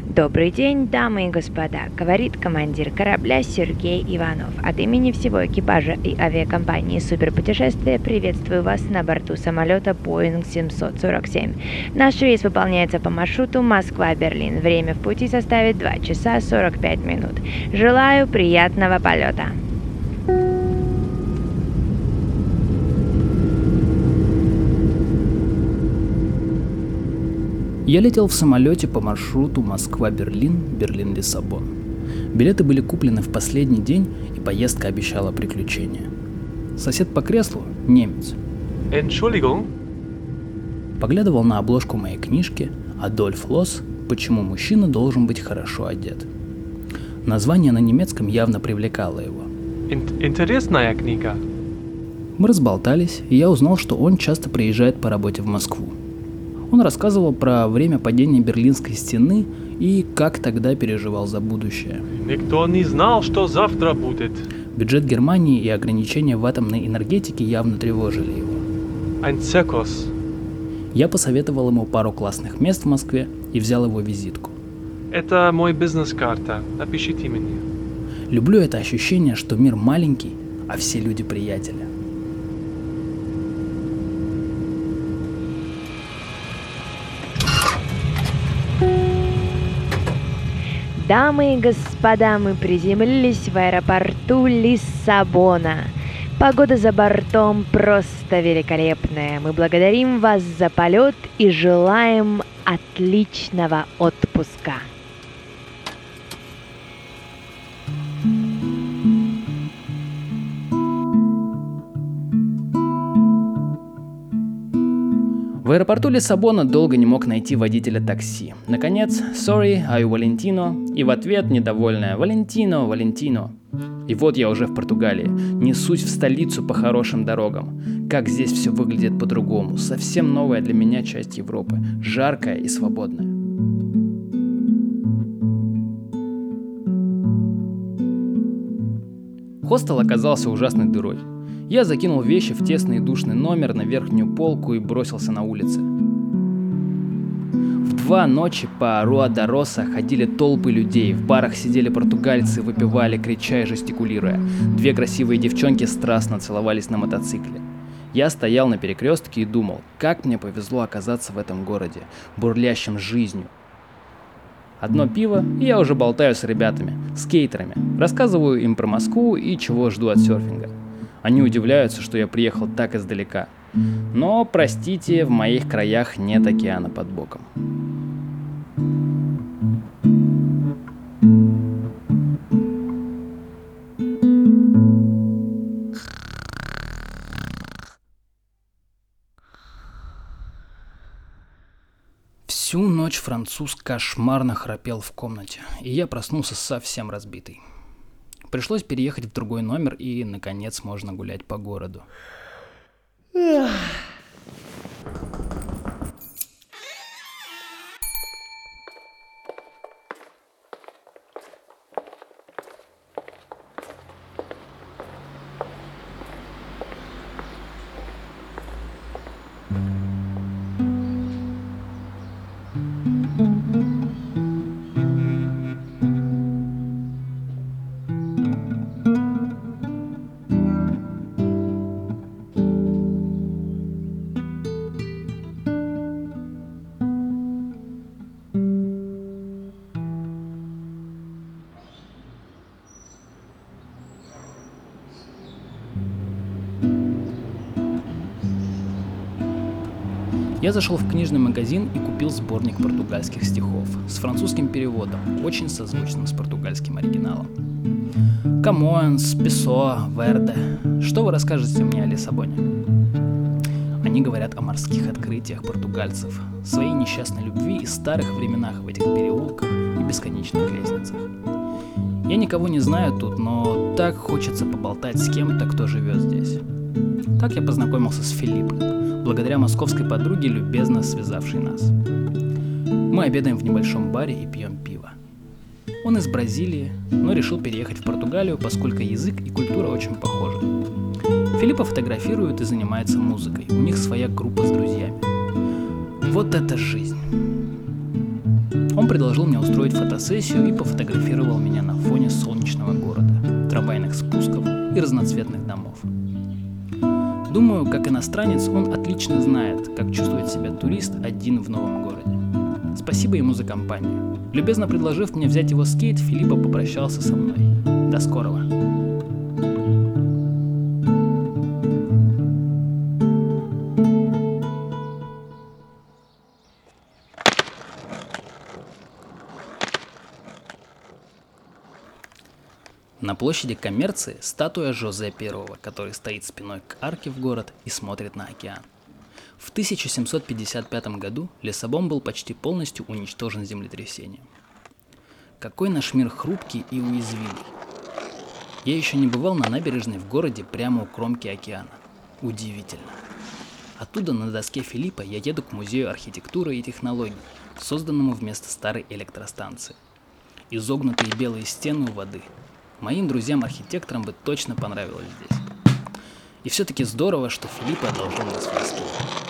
Добрый день, дамы и господа, говорит командир корабля Сергей Иванов. От имени всего экипажа и авиакомпании «Суперпутешествие» приветствую вас на борту самолета Boeing 747. Наш рейс выполняется по маршруту Москва-Берлин. Время в пути составит 2 часа 45 минут. Желаю приятного полета. Я летел в самолете по маршруту Москва-Берлин, Берлин-Лиссабон. Билеты были куплены в последний день, и поездка обещала приключения. Сосед по креслу, немец, Entschuldigung? поглядывал на обложку моей книжки «Адольф Лосс. Почему мужчина должен быть хорошо одет». Название на немецком явно привлекало его. Интересная книга. Мы разболтались, и я узнал, что он часто приезжает по работе в Москву. Он рассказывал про время падения Берлинской стены и как тогда переживал за будущее. Никто не знал, что завтра будет. Бюджет Германии и ограничения в атомной энергетике явно тревожили его. Ein Zirkus. Я посоветовал ему пару классных мест в Москве и взял его визитку. Это мой бизнес-карта. Напишите мне. Люблю это ощущение, что мир маленький, а все люди приятели. Дамы и господа, мы приземлились в аэропорту Лиссабона. Погода за бортом просто великолепная. Мы благодарим вас за полет и желаем отличного отпуска. В аэропорту Лиссабона долго не мог найти водителя такси. Наконец, «Sorry, are you Valentino?» И в ответ недовольная «Valentino, Valentino». И вот я уже в Португалии, несусь в столицу по хорошим дорогам. Как здесь все выглядит по-другому, совсем новая для меня часть Европы, жаркая и свободная. Хостел оказался ужасной дырой. Я закинул вещи в тесный и душный номер на верхнюю полку и бросился на улицы. В 2 ночи по Руа-да-Роса ходили толпы людей, в барах сидели португальцы, выпивали, крича и жестикулируя. 2 красивые девчонки страстно целовались на мотоцикле. Я стоял на перекрестке и думал, как мне повезло оказаться в этом городе, бурлящем жизнью. Одно пиво, и я уже болтаю с ребятами, скейтерами, рассказываю им про Москву и чего жду от серфинга. Они удивляются, что я приехал так издалека. Но, простите, в моих краях нет океана под боком. Всю ночь француз кошмарно храпел в комнате, и я проснулся совсем разбитый. Пришлось переехать в другой номер, и, наконец, можно гулять по городу. Я зашел в книжный магазин и купил сборник португальских стихов с французским переводом, очень созвучным с португальским оригиналом. Камоэнс, Песоа, Верде. Что вы расскажете мне о Лиссабоне? Они говорят о морских открытиях португальцев, своей несчастной любви и старых временах в этих переулках и бесконечных лестницах. Я никого не знаю тут, но так хочется поболтать с кем-то, кто живет здесь. Так я познакомился с Филиппом, благодаря московской подруге, любезно связавшей нас. Мы обедаем в небольшом баре и пьем пиво. Он из Бразилии, но решил переехать в Португалию, поскольку язык и культура очень похожи. Филиппа фотографирует и занимается музыкой, у них своя группа с друзьями. Вот это жизнь! Он предложил мне устроить фотосессию и пофотографировал меня на фоне солнечного города, трамвайных спусков и разноцветных домов. Думаю, как иностранец, он отлично знает, как чувствует себя турист один в новом городе. Спасибо ему за компанию. Любезно предложив мне взять его скейт, Филиппо попрощался со мной. До скорого. На площади Коммерции статуя Жозе I, который стоит спиной к арке в город и смотрит на океан. В 1755 году Лиссабон был почти полностью уничтожен землетрясением. Какой наш мир хрупкий и уязвимый. Я еще не бывал на набережной в городе прямо у кромки океана. Удивительно. Оттуда на доске Филиппа я еду к музею архитектуры и технологий, созданному вместо старой электростанции. Изогнутые белые стены у воды. Моим друзьям-архитекторам бы точно понравилось здесь. И все-таки здорово, что Филиппо одолжил нас в Москву.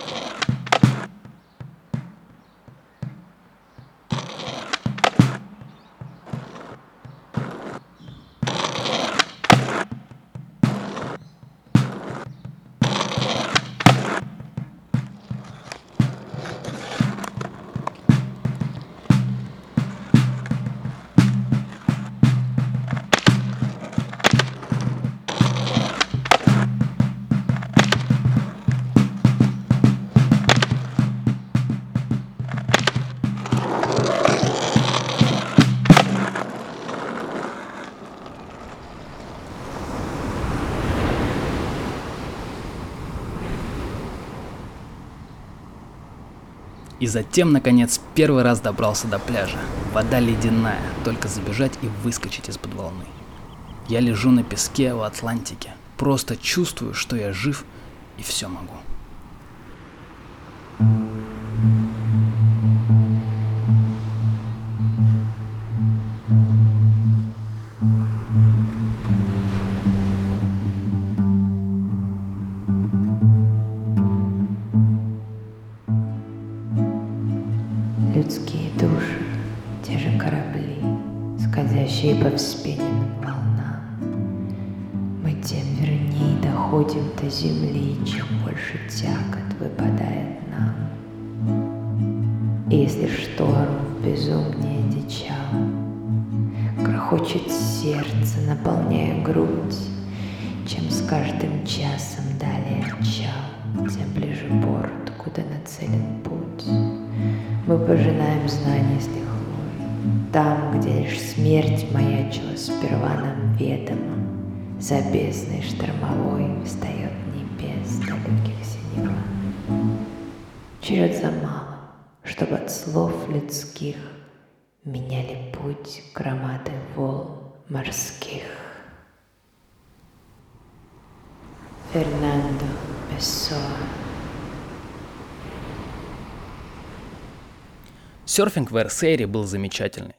И затем, наконец, первый раз добрался до пляжа. Вода ледяная, только забежать и выскочить из-под волны. Я лежу на песке у Атлантики, просто чувствую, что я жив и все могу. Людские души, те же корабли, скользящие по вспененным волнам. Мы тем вернее доходим до земли, чем больше тягот выпадает нам. И если шторм безумнее дичал, грохочет сердце, наполняя грудь, чем с каждым часом далее отчал, тем ближе борт, куда нацелен путь. Мы пожинаем знания с лихвой, там, где лишь смерть маячила сперва нам ведомо, за бездной штормовой встает небес далеких синева. Черед за малым, чтобы от слов людских меняли путь громады волн морских. Фернандо Песоа. Серфинг в Эрсейре был замечательный.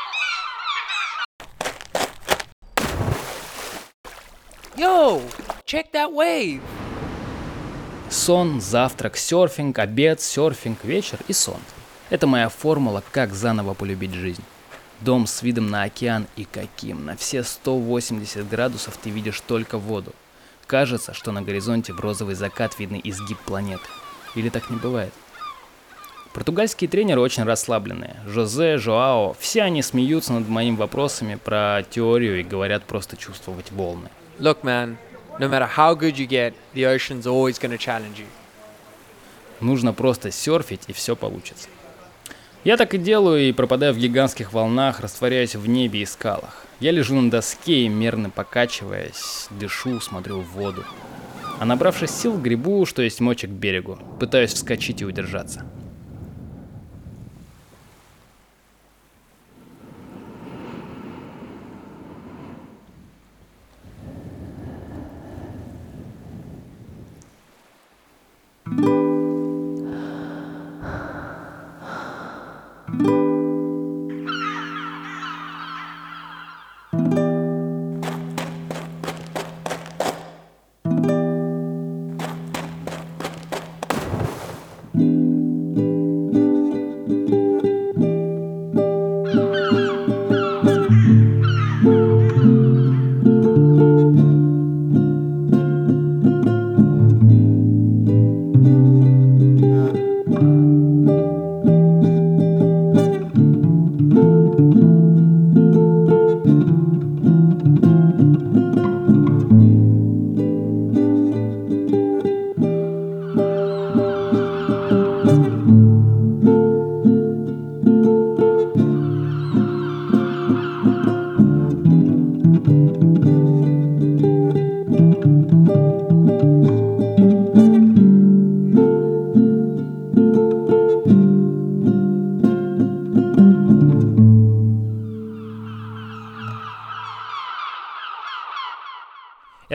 Yo, check that wave. Сон, завтрак, серфинг, обед, серфинг, вечер и сон. Это моя формула, как заново полюбить жизнь. Дом с видом на океан и каким. На все 180 градусов ты видишь только воду. Кажется, что на горизонте в розовый закат видны изгиб планеты. Или так не бывает? Португальские тренеры очень расслабленные. Жозе, Жоао, все они смеются над моими вопросами про теорию и говорят просто чувствовать волны. Look, man, no matter how good you get, the ocean's always gonna challenge you. Нужно просто серфить, и все получится. Я так и делаю, и пропадаю в гигантских волнах, растворяюсь в небе и скалах. Я лежу на доске и, мерно покачиваясь, дышу, смотрю в воду. А набравшись сил, гребу, что есть мочи, к берегу. Пытаюсь вскочить и удержаться.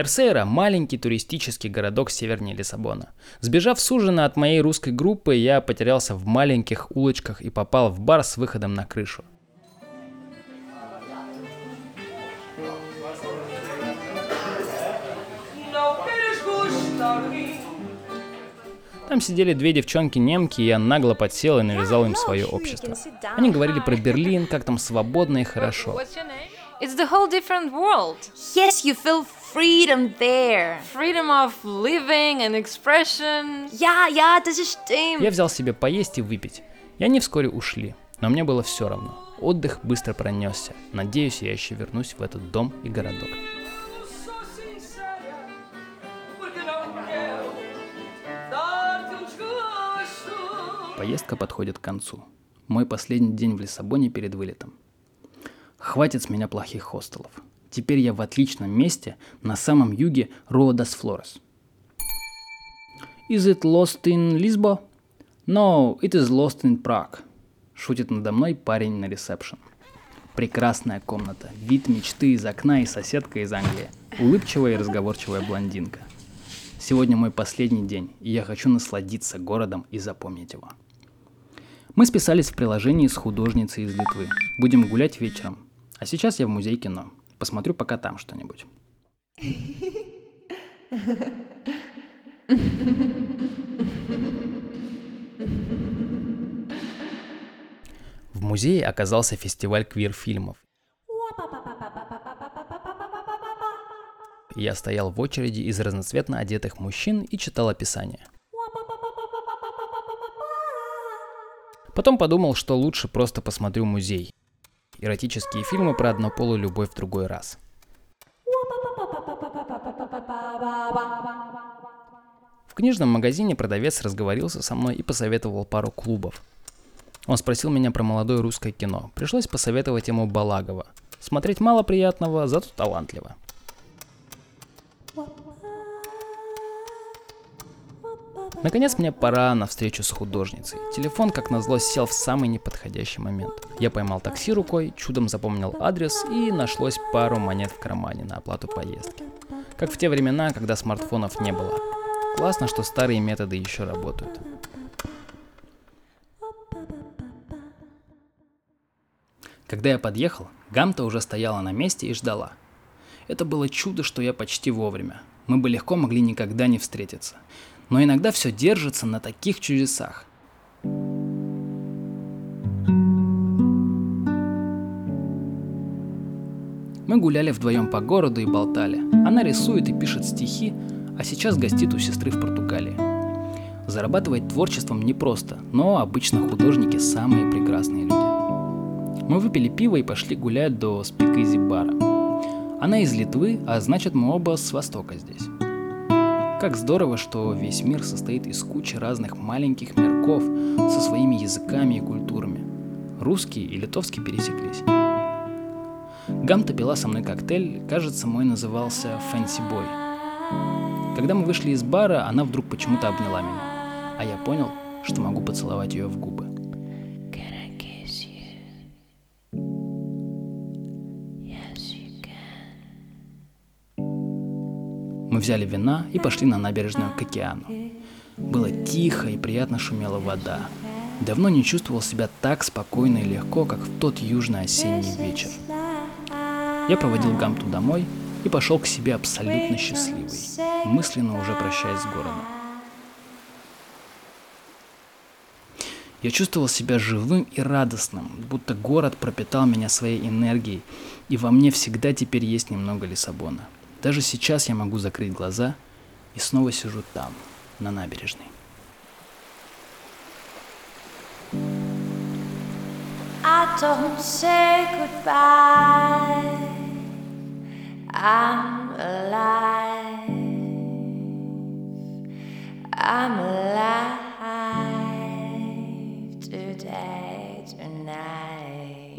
Эрсейра – маленький туристический городок севернее Лиссабона. Сбежав с ужина от моей русской группы, я потерялся в маленьких улочках и попал в бар с выходом на крышу. Там сидели две девчонки-немки, и я нагло подсел и навязал им свое общество. Они говорили про Берлин, как там свободно и хорошо. It's the whole different world. Yes, you feel freedom there. Freedom of living and expression. Ja, das ist stimmt. Я взял себе поесть и выпить, и они вскоре ушли, но мне было все равно. Отдых быстро пронесся. Надеюсь, я еще вернусь в этот дом и городок. Поездка подходит к концу. Мой последний день в Лиссабоне перед вылетом. Хватит с меня плохих хостелов. Теперь я в отличном месте на самом юге Rua das Flores. Is it lost in Lisbon? No, it is lost in Prague. Шутит надо мной парень на ресепшн. Прекрасная комната, вид мечты из окна и соседка из Англии. Улыбчивая и разговорчивая блондинка. Сегодня мой последний день, и я хочу насладиться городом и запомнить его. Мы списались в приложении с художницей из Литвы. Будем гулять вечером. А сейчас я в музей кино. Посмотрю пока там что-нибудь. В музее оказался фестиваль квир-фильмов. Я стоял в очереди из разноцветно одетых мужчин и читал описание. Потом подумал, что лучше просто посмотрю музей. Эротические фильмы про однополую любовь в другой раз. В книжном магазине продавец разговорился со мной и посоветовал пару клубов. Он спросил меня про молодое русское кино. Пришлось посоветовать ему Балагова. Смотреть мало приятного, зато талантливо. Наконец мне пора на встречу с художницей. Телефон, как назло, сел в самый неподходящий момент. Я поймал такси рукой, чудом запомнил адрес, и нашлось пару монет в кармане на оплату поездки. Как в те времена, когда смартфонов не было. Классно, что старые методы еще работают. Когда я подъехал, Гамта уже стояла на месте и ждала. Это было чудо, что я почти вовремя. Мы бы легко могли никогда не встретиться. Но иногда все держится на таких чудесах. Мы гуляли вдвоем по городу и болтали. Она рисует и пишет стихи, а сейчас гостит у сестры в Португалии. Зарабатывать творчеством непросто, но обычно художники самые прекрасные люди. Мы выпили пиво и пошли гулять до Спикизи бара. Она из Литвы, а значит мы оба с Востока здесь. Как здорово, что весь мир состоит из кучи разных маленьких мирков со своими языками и культурами. Русский и литовский пересеклись. Гамта пила со мной коктейль, кажется, мой назывался Fancy Boy. Когда мы вышли из бара, она вдруг почему-то обняла меня, а я понял, что могу поцеловать ее в губы. Мы взяли вина и пошли на набережную к океану. Было тихо и приятно шумела вода. Давно не чувствовал себя так спокойно и легко, как в тот южный осенний вечер. Я проводил Гамту домой и пошел к себе абсолютно счастливый, мысленно уже прощаясь с городом. Я чувствовал себя живым и радостным, будто город пропитал меня своей энергией, и во мне всегда теперь есть немного Лиссабона. Даже сейчас я могу закрыть глаза и снова сижу там, на набережной. I don't say goodbye. I'm alive. I'm alive today, tonight.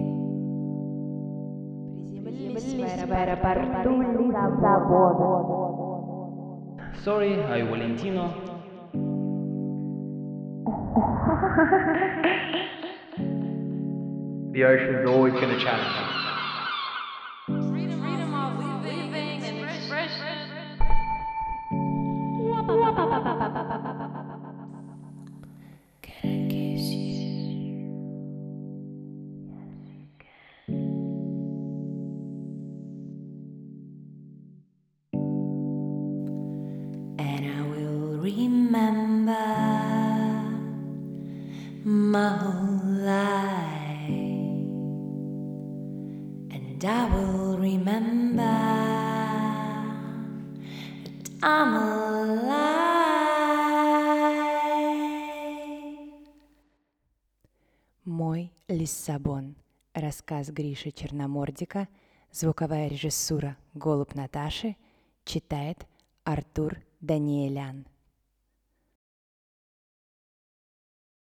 Sorry, I Valentino. The ocean's always going to challenge you. Freedom of living and expression. remember my whole life, and I will remember that I'm alive. Мой Лиссабон. Рассказ Гриши Черномордика. Звуковая режиссура Голуб Наташи. Читает Артур Даниэлян.